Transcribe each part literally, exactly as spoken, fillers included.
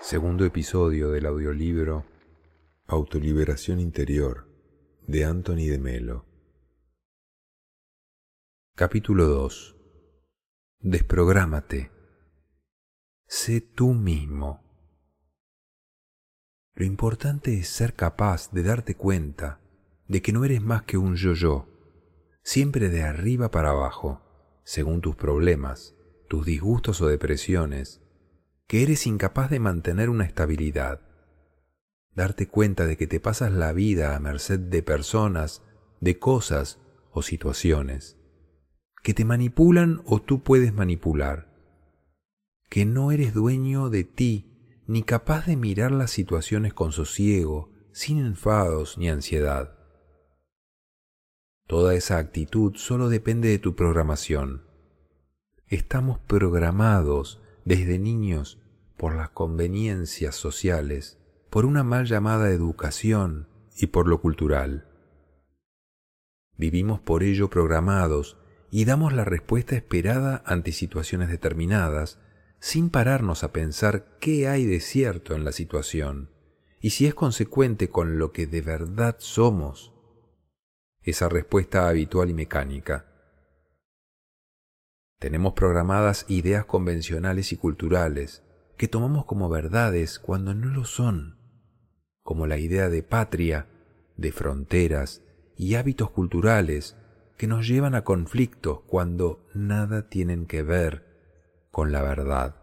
Segundo episodio del audiolibro Autoliberación Interior de Anthony de Melo. Capítulo dos. Desprográmate. Sé tú mismo. Lo importante es ser capaz de darte cuenta de que no eres más que un yo-yo, siempre de arriba para abajo, según tus problemas, tus disgustos o depresiones, que eres incapaz de mantener una estabilidad. Darte cuenta de que te pasas la vida a merced de personas, de cosas o situaciones, que te manipulan o tú puedes manipular, que no eres dueño de ti ni capaz de mirar las situaciones con sosiego, sin enfados ni ansiedad. Toda esa actitud solo depende de tu programación. Estamos programados desde niños por las conveniencias sociales, por una mal llamada educación y por lo cultural. Vivimos por ello programados y damos la respuesta esperada ante situaciones determinadas, sin pararnos a pensar qué hay de cierto en la situación y si es consecuente con lo que de verdad somos. Esa respuesta habitual y mecánica. Tenemos programadas ideas convencionales y culturales que tomamos como verdades cuando no lo son, como la idea de patria, de fronteras y hábitos culturales que nos llevan a conflictos cuando nada tienen que ver con la verdad.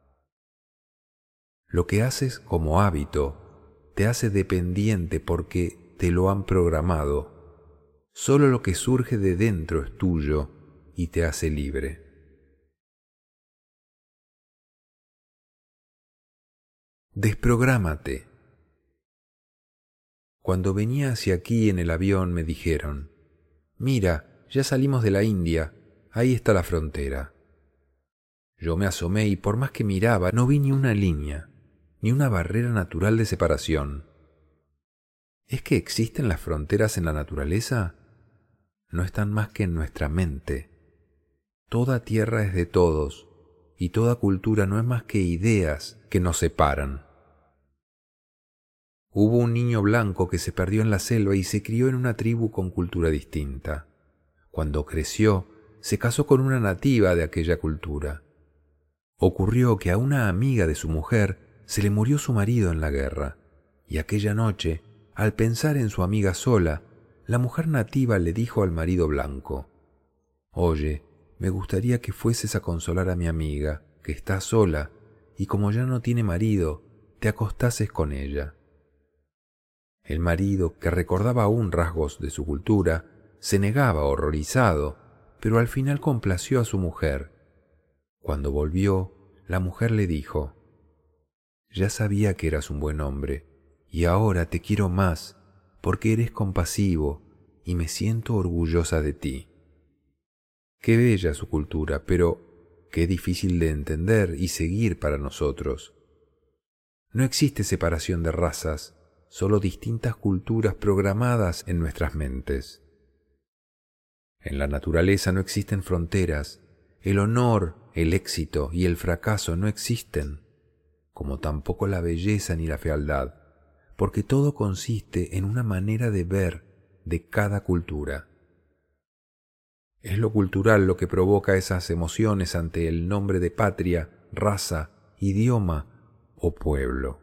Lo que haces como hábito te hace dependiente porque te lo han programado. Solo lo que surge de dentro es tuyo y te hace libre. Desprográmate. Cuando venía hacia aquí en el avión me dijeron, mira, ya salimos de la India, ahí está la frontera. Yo me asomé y por más que miraba no vi ni una línea, ni una barrera natural de separación. ¿Es que existen las fronteras en la naturaleza? No están más que en nuestra mente. Toda tierra es de todos, y toda cultura no es más que ideas que nos separan. Hubo un niño blanco que se perdió en la selva y se crió en una tribu con cultura distinta. Cuando creció, se casó con una nativa de aquella cultura. Ocurrió que a una amiga de su mujer se le murió su marido en la guerra, y aquella noche, al pensar en su amiga sola, la mujer nativa le dijo al marido blanco, «Oye, me gustaría que fueses a consolar a mi amiga, que está sola, y como ya no tiene marido, te acostases con ella». El marido, que recordaba aún rasgos de su cultura, se negaba horrorizado, pero al final complació a su mujer. Cuando volvió, la mujer le dijo, «Ya sabía que eras un buen hombre, y ahora te quiero más, porque eres compasivo, y me siento orgullosa de ti». Qué bella su cultura, pero qué difícil de entender y seguir para nosotros. No existe separación de razas, solo distintas culturas programadas en nuestras mentes. En la naturaleza no existen fronteras, el honor, el éxito y el fracaso no existen, como tampoco la belleza ni la fealdad, porque todo consiste en una manera de ver de cada cultura. Es lo cultural lo que provoca esas emociones ante el nombre de patria, raza, idioma o pueblo.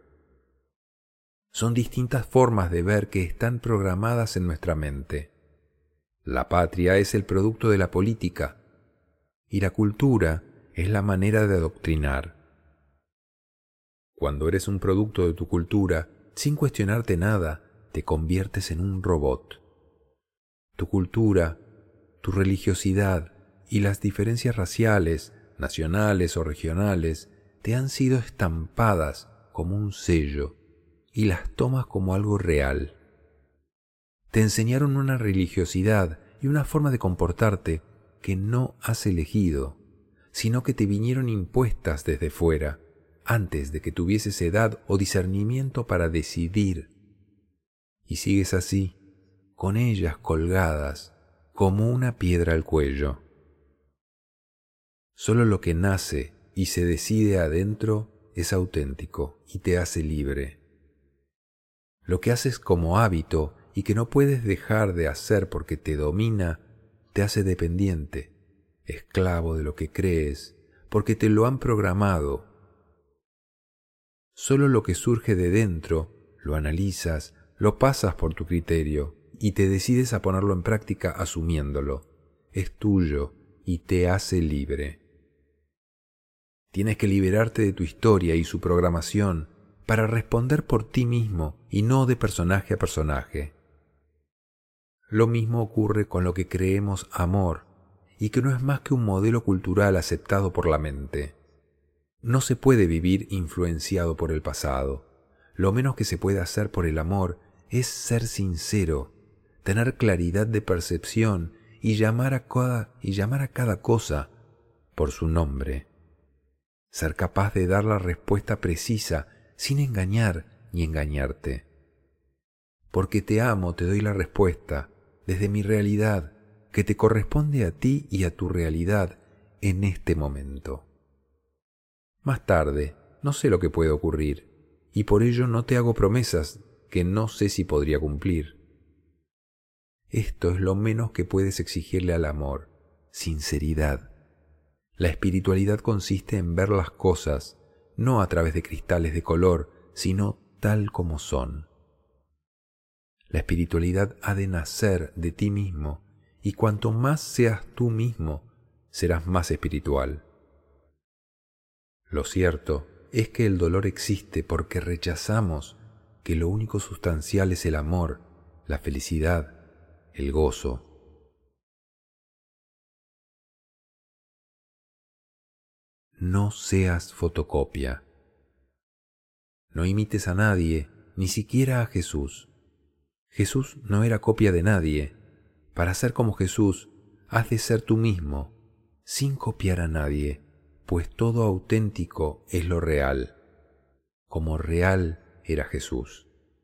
Son distintas formas de ver que están programadas en nuestra mente. La patria es el producto de la política y la cultura es la manera de adoctrinar. Cuando eres un producto de tu cultura, sin cuestionarte nada, te conviertes en un robot. Tu cultura, tu religiosidad y las diferencias raciales, nacionales o regionales te han sido estampadas como un sello y las tomas como algo real. Te enseñaron una religiosidad y una forma de comportarte que no has elegido, sino que te vinieron impuestas desde fuera, antes de que tuvieses edad o discernimiento para decidir. Y sigues así, con ellas colgadas, como una piedra al cuello. Solo lo que nace y se decide adentro es auténtico y te hace libre. Lo que haces como hábito y que no puedes dejar de hacer porque te domina, te hace dependiente, esclavo de lo que crees, porque te lo han programado. Solo lo que surge de dentro, lo analizas, lo pasas por tu criterio y te decides a ponerlo en práctica asumiéndolo. Es tuyo y te hace libre. Tienes que liberarte de tu historia y su programación para responder por ti mismo y no de personaje a personaje. Lo mismo ocurre con lo que creemos amor y que no es más que un modelo cultural aceptado por la mente. No se puede vivir influenciado por el pasado. Lo menos que se puede hacer por el amor es ser sincero, tener claridad de percepción y llamar a cada, y llamar a cada cosa por su nombre. Ser capaz de dar la respuesta precisa sin engañar ni engañarte. Porque te amo, te doy la respuesta desde mi realidad, que te corresponde a ti y a tu realidad en este momento. Más tarde, no sé lo que puede ocurrir, y por ello no te hago promesas que no sé si podría cumplir. Esto es lo menos que puedes exigirle al amor, sinceridad. La espiritualidad consiste en ver las cosas, no a través de cristales de color, sino tal como son. La espiritualidad ha de nacer de ti mismo, y cuanto más seas tú mismo, serás más espiritual. Lo cierto es que el dolor existe porque rechazamos que lo único sustancial es el amor, la felicidad, el gozo. No seas fotocopia. No imites a nadie, ni siquiera a Jesús. Jesús no era copia de nadie. Para ser como Jesús, has de ser tú mismo, sin copiar a nadie, pues todo auténtico es lo real, como real era Jesús.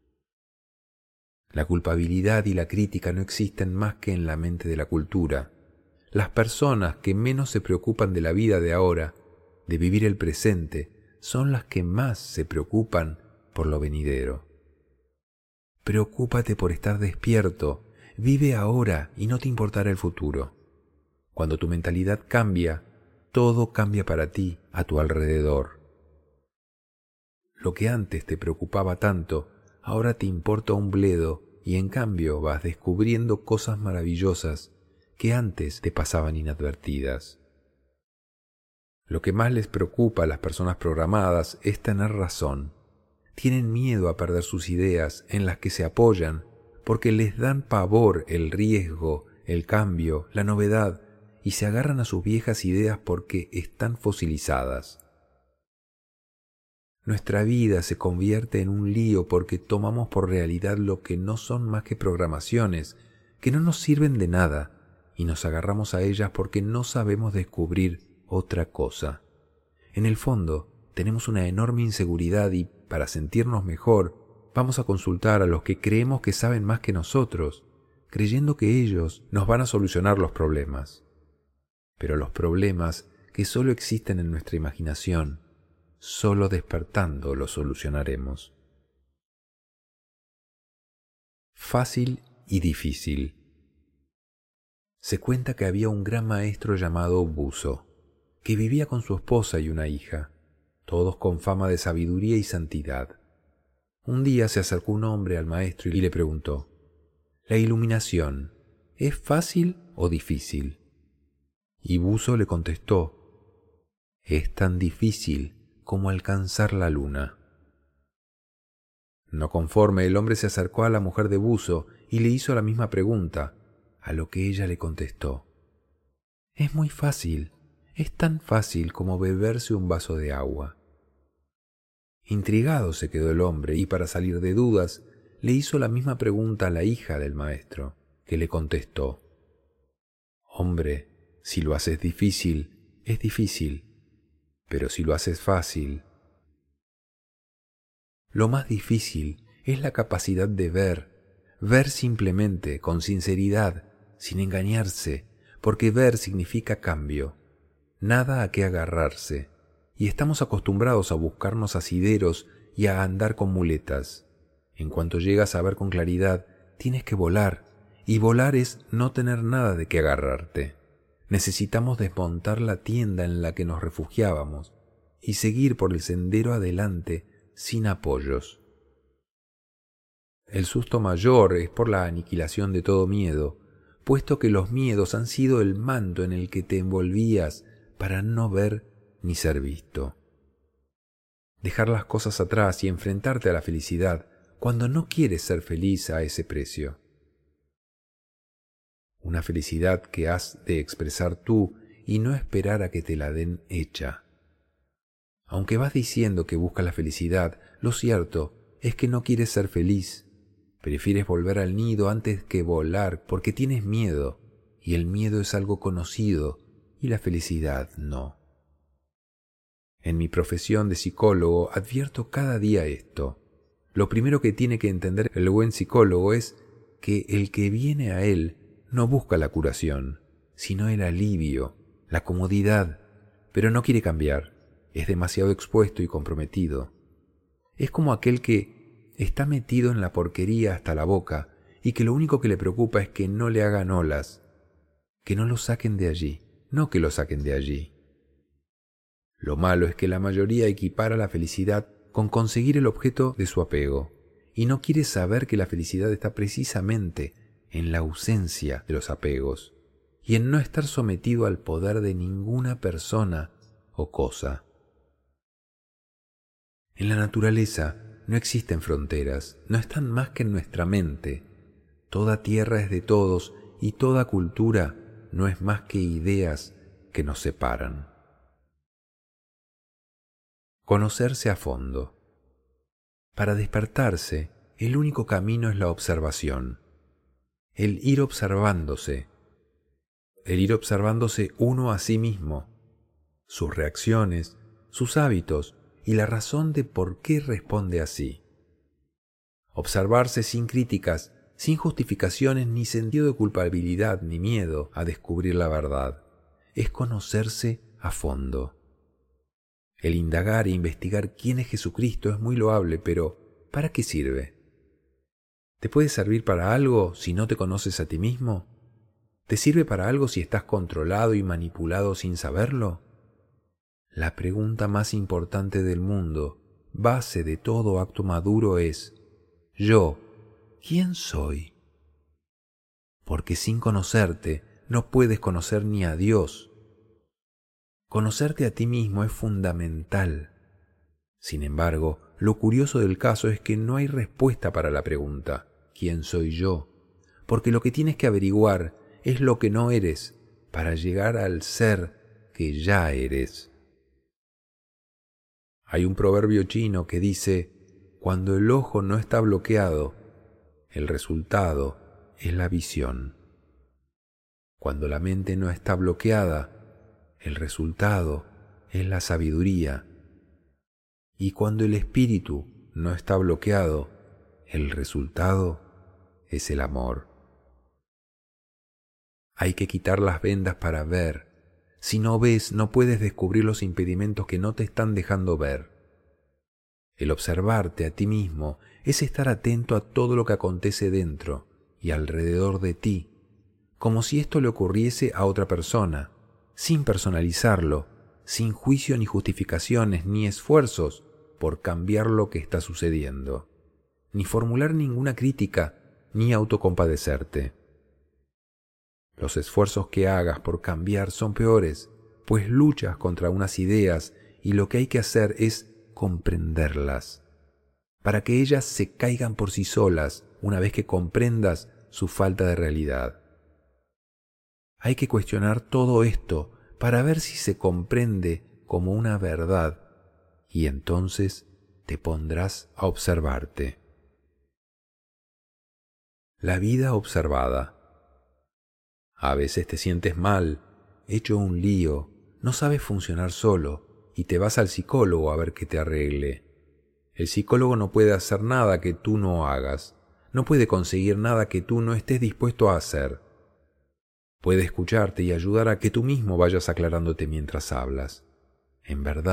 La culpabilidad y la crítica no existen más que en la mente de la cultura. Las personas que menos se preocupan de la vida de ahora, de vivir el presente, son las que más se preocupan por lo venidero. Preocúpate por estar despierto, vive ahora y no te importará el futuro. Cuando tu mentalidad cambia, todo cambia para ti, a tu alrededor. Lo que antes te preocupaba tanto, ahora te importa un bledo y en cambio vas descubriendo cosas maravillosas que antes te pasaban inadvertidas. Lo que más les preocupa a las personas programadas es tener razón. Tienen miedo a perder sus ideas en las que se apoyan porque les dan pavor el riesgo, el cambio, la novedad y se agarran a sus viejas ideas porque están fosilizadas. Nuestra vida se convierte en un lío porque tomamos por realidad lo que no son más que programaciones que no nos sirven de nada y nos agarramos a ellas porque no sabemos descubrir otra cosa. En el fondo, tenemos una enorme inseguridad y, para sentirnos mejor, vamos a consultar a los que creemos que saben más que nosotros, creyendo que ellos nos van a solucionar los problemas. Pero los problemas que solo existen en nuestra imaginación, solo despertando los solucionaremos. Fácil y difícil. Se cuenta que había un gran maestro llamado Buzo, que vivía con su esposa y una hija, todos con fama de sabiduría y santidad. Un día se acercó un hombre al maestro y le preguntó: ¿La iluminación es fácil o difícil? Y Buzo le contestó: es tan difícil como alcanzar la luna. No conforme, el hombre se acercó a la mujer de Buzo y le hizo la misma pregunta, a lo que ella le contestó: es muy fácil, es tan fácil como beberse un vaso de agua. Intrigado se quedó el hombre y para salir de dudas le hizo la misma pregunta a la hija del maestro, que le contestó: hombre, si lo haces difícil, es difícil, pero si lo haces fácil. Lo más difícil es la capacidad de ver, ver simplemente, con sinceridad, sin engañarse, porque ver significa cambio, nada a qué agarrarse, y estamos acostumbrados a buscarnos asideros y a andar con muletas. En cuanto llegas a ver con claridad, tienes que volar, y volar es no tener nada de qué agarrarte. Necesitamos desmontar la tienda en la que nos refugiábamos y seguir por el sendero adelante sin apoyos. El susto mayor es por la aniquilación de todo miedo, puesto que los miedos han sido el manto en el que te envolvías para no ver ni ser visto. Dejar las cosas atrás y enfrentarte a la felicidad cuando no quieres ser feliz a ese precio. Una felicidad que has de expresar tú y no esperar a que te la den hecha. Aunque vas diciendo que buscas la felicidad, lo cierto es que no quieres ser feliz. Prefieres volver al nido antes que volar porque tienes miedo, y el miedo es algo conocido y la felicidad no. En mi profesión de psicólogo advierto cada día esto. Lo primero que tiene que entender el buen psicólogo es que el que viene a él no busca la curación, sino el alivio, la comodidad, pero no quiere cambiar, es demasiado expuesto y comprometido. Es como aquel que está metido en la porquería hasta la boca y que lo único que le preocupa es que no le hagan olas, que no lo saquen de allí, no que lo saquen de allí. Lo malo es que la mayoría equipara la felicidad con conseguir el objeto de su apego y no quiere saber que la felicidad está precisamente en la ausencia de los apegos y en no estar sometido al poder de ninguna persona o cosa. En la naturaleza no existen fronteras, no están más que en nuestra mente. Toda tierra es de todos y toda cultura no es más que ideas que nos separan. Conocerse a fondo. Para despertarse, el único camino es la observación, el ir observándose, el ir observándose uno a sí mismo, sus reacciones, sus hábitos y la razón de por qué responde así. Observarse sin críticas, sin justificaciones ni sentido de culpabilidad ni miedo a descubrir la verdad, es conocerse a fondo. El indagar e investigar quién es Jesucristo es muy loable, pero ¿para qué sirve? ¿Te puede servir para algo si no te conoces a ti mismo? ¿Te sirve para algo si estás controlado y manipulado sin saberlo? La pregunta más importante del mundo, base de todo acto maduro, es: ¿yo quién soy? Porque sin conocerte no puedes conocer ni a Dios. Conocerte a ti mismo es fundamental. Sin embargo, lo curioso del caso es que no hay respuesta para la pregunta ¿quién soy yo? Porque lo que tienes que averiguar es lo que no eres para llegar al ser que ya eres. Hay un proverbio chino que dice: cuando el ojo no está bloqueado, el resultado es la visión. Cuando la mente no está bloqueada, el resultado es la sabiduría. Y cuando el espíritu no está bloqueado, el resultado es el amor. Hay que quitar las vendas para ver. Si no ves, no puedes descubrir los impedimentos que no te están dejando ver. El observarte a ti mismo es estar atento a todo lo que acontece dentro y alrededor de ti, como si esto le ocurriese a otra persona, sin personalizarlo, sin juicio ni justificaciones ni esfuerzos por cambiar lo que está sucediendo, ni formular ninguna crítica ni autocompadecerte. Los esfuerzos que hagas por cambiar son peores, pues luchas contra unas ideas y lo que hay que hacer es comprenderlas, para que ellas se caigan por sí solas una vez que comprendas su falta de realidad. Hay que cuestionar todo esto para ver si se comprende como una verdad y entonces te pondrás a observarte. La vida observada. A veces te sientes mal, hecho un lío, no sabes funcionar solo y te vas al psicólogo a ver que te arregle. El psicólogo no puede hacer nada que tú no hagas, no puede conseguir nada que tú no estés dispuesto a hacer. Puede escucharte y ayudar a que tú mismo vayas aclarándote mientras hablas. En verdad,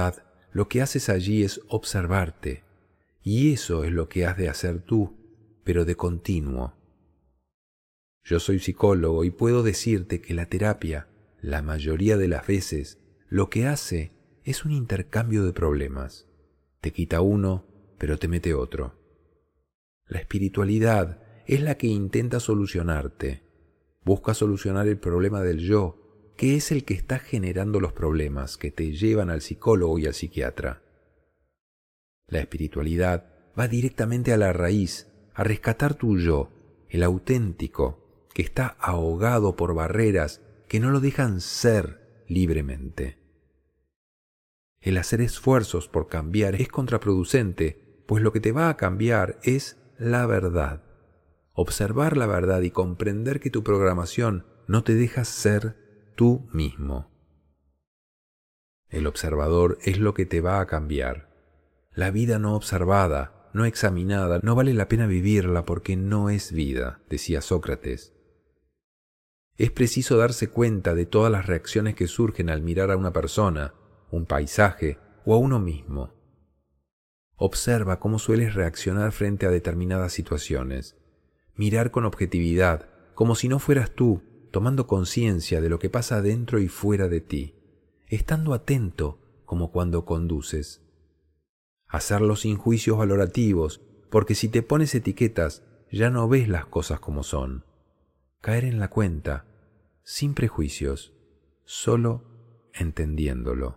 lo que haces allí es observarte, y eso es lo que has de hacer tú, pero de continuo. Yo soy psicólogo y puedo decirte que la terapia, la mayoría de las veces, lo que hace es un intercambio de problemas. Te quita uno, pero te mete otro. La espiritualidad es la que intenta solucionarte. Busca solucionar el problema del yo, que es el que está generando los problemas que te llevan al psicólogo y al psiquiatra. La espiritualidad va directamente a la raíz, a rescatar tu yo, el auténtico, que está ahogado por barreras que no lo dejan ser libremente. El hacer esfuerzos por cambiar es contraproducente, pues lo que te va a cambiar es la verdad. Observar la verdad y comprender que tu programación no te deja ser tú mismo. El observador es lo que te va a cambiar. La vida no observada, no examinada, no vale la pena vivirla porque no es vida, decía Sócrates. Es preciso darse cuenta de todas las reacciones que surgen al mirar a una persona, un paisaje o a uno mismo. Observa cómo sueles reaccionar frente a determinadas situaciones. Mirar con objetividad, como si no fueras tú, tomando conciencia de lo que pasa dentro y fuera de ti, estando atento como cuando conduces. Hacerlo sin juicios valorativos, porque si te pones etiquetas ya no ves las cosas como son. Caer en la cuenta, sin prejuicios, solo entendiéndolo.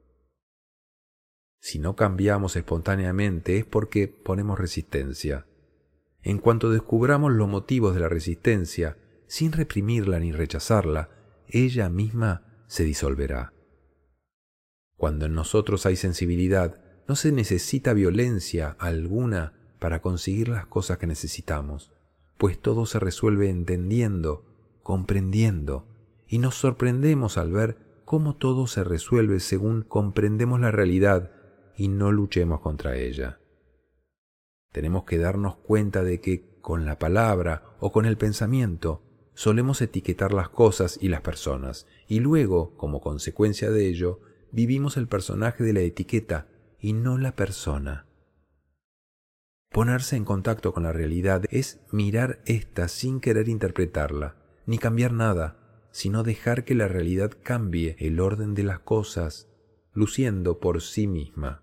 Si no cambiamos espontáneamente es porque ponemos resistencia. En cuanto descubramos los motivos de la resistencia, sin reprimirla ni rechazarla, ella misma se disolverá. Cuando en nosotros hay sensibilidad, no se necesita violencia alguna para conseguir las cosas que necesitamos, pues todo se resuelve entendiendo, comprendiendo, y nos sorprendemos al ver cómo todo se resuelve según comprendemos la realidad y no luchemos contra ella. Tenemos que darnos cuenta de que con la palabra o con el pensamiento solemos etiquetar las cosas y las personas, y luego, como consecuencia de ello, vivimos el personaje de la etiqueta y no la persona. Ponerse en contacto con la realidad es mirar ésta sin querer interpretarla, ni cambiar nada, sino dejar que la realidad cambie el orden de las cosas, luciendo por sí misma.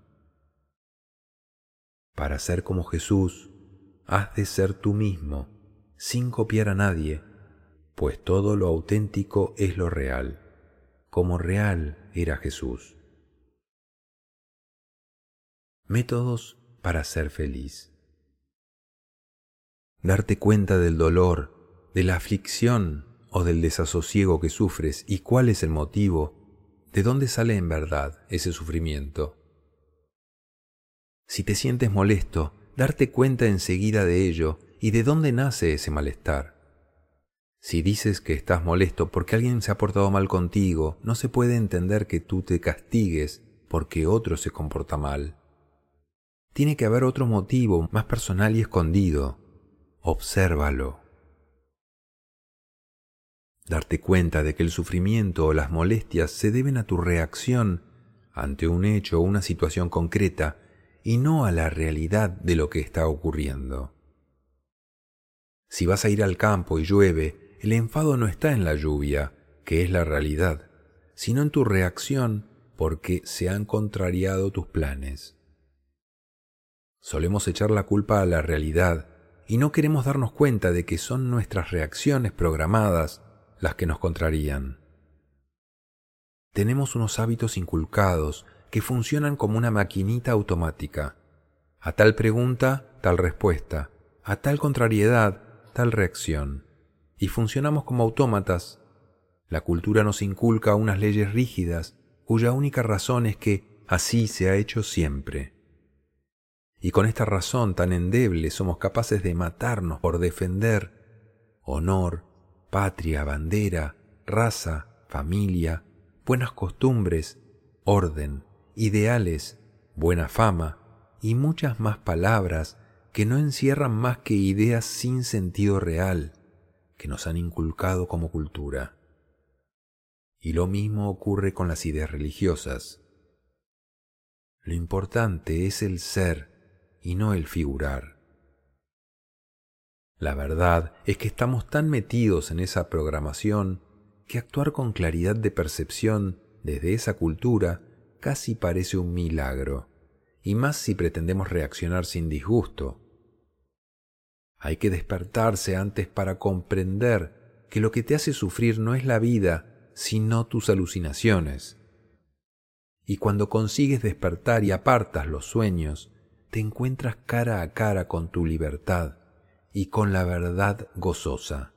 Para ser como Jesús, has de ser tú mismo, sin copiar a nadie, pues todo lo auténtico es lo real, como real era Jesús. Métodos para ser feliz. Darte cuenta del dolor, de la aflicción o del desasosiego que sufres y cuál es el motivo, de dónde sale en verdad ese sufrimiento. Si te sientes molesto, darte cuenta enseguida de ello y de dónde nace ese malestar. Si dices que estás molesto porque alguien se ha portado mal contigo, no se puede entender que tú te castigues porque otro se comporta mal. Tiene que haber otro motivo más personal y escondido. Obsérvalo. Darte cuenta de que el sufrimiento o las molestias se deben a tu reacción ante un hecho o una situación concreta y no a la realidad de lo que está ocurriendo. Si vas a ir al campo y llueve, el enfado no está en la lluvia, que es la realidad, sino en tu reacción porque se han contrariado tus planes. Solemos echar la culpa a la realidad y no queremos darnos cuenta de que son nuestras reacciones programadas las que nos contrarían. Tenemos unos hábitos inculcados que funcionan como una maquinita automática. A tal pregunta, tal respuesta. A tal contrariedad, tal reacción. Y funcionamos como autómatas. La cultura nos inculca unas leyes rígidas, cuya única razón es que así se ha hecho siempre. Y con esta razón tan endeble somos capaces de matarnos por defender honor, patria, bandera, raza, familia, buenas costumbres, orden, ideales, buena fama y muchas más palabras que no encierran más que ideas sin sentido real que nos han inculcado como cultura. Y lo mismo ocurre con las ideas religiosas. Lo importante es el ser y no el figurar. La verdad es que estamos tan metidos en esa programación que actuar con claridad de percepción desde esa cultura casi parece un milagro, y más si pretendemos reaccionar sin disgusto. Hay que despertarse antes para comprender que lo que te hace sufrir no es la vida, sino tus alucinaciones. Y cuando consigues despertar y apartas los sueños, te encuentras cara a cara con tu libertad y con la verdad gozosa.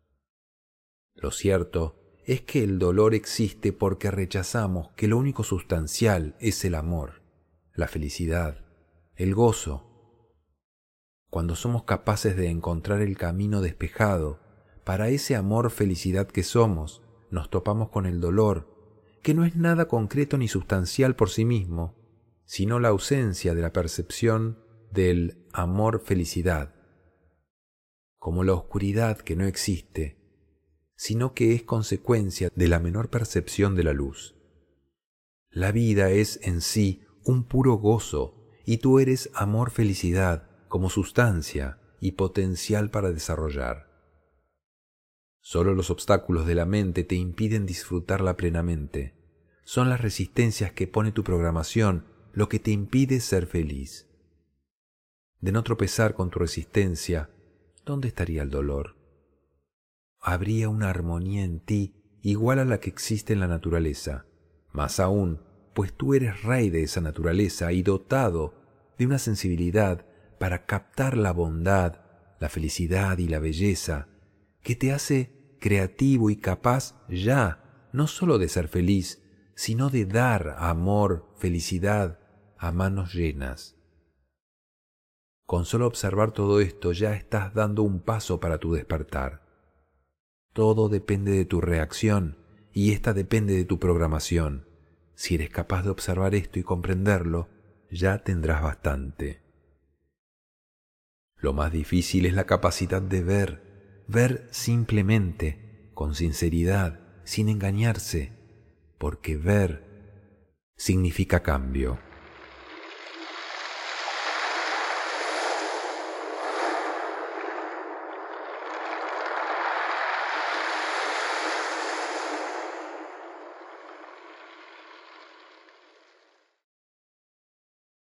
Lo cierto es que el dolor existe porque rechazamos que lo único sustancial es el amor, la felicidad, el gozo. Cuando somos capaces de encontrar el camino despejado para ese amor-felicidad que somos, nos topamos con el dolor, que no es nada concreto ni sustancial por sí mismo, sino la ausencia de la percepción del amor-felicidad, como la oscuridad que no existe, sino que es consecuencia de la menor percepción de la luz. La vida es en sí un puro gozo, y tú eres amor-felicidad como sustancia y potencial para desarrollar. Solo los obstáculos de la mente te impiden disfrutarla plenamente. Son las resistencias que pone tu programación lo que te impide ser feliz. De no tropezar con tu resistencia, ¿dónde estaría el dolor? Habría una armonía en ti igual a la que existe en la naturaleza. Más aún, pues tú eres rey de esa naturaleza y dotado de una sensibilidad para captar la bondad, la felicidad y la belleza que te hace creativo y capaz ya, no solo de ser feliz, sino de dar amor, felicidad a manos llenas. Con solo observar todo esto ya estás dando un paso para tu despertar. Todo depende de tu reacción y esta depende de tu programación. Si eres capaz de observar esto y comprenderlo, ya tendrás bastante. Lo más difícil es la capacidad de ver, ver simplemente, con sinceridad, sin engañarse, porque ver significa cambio.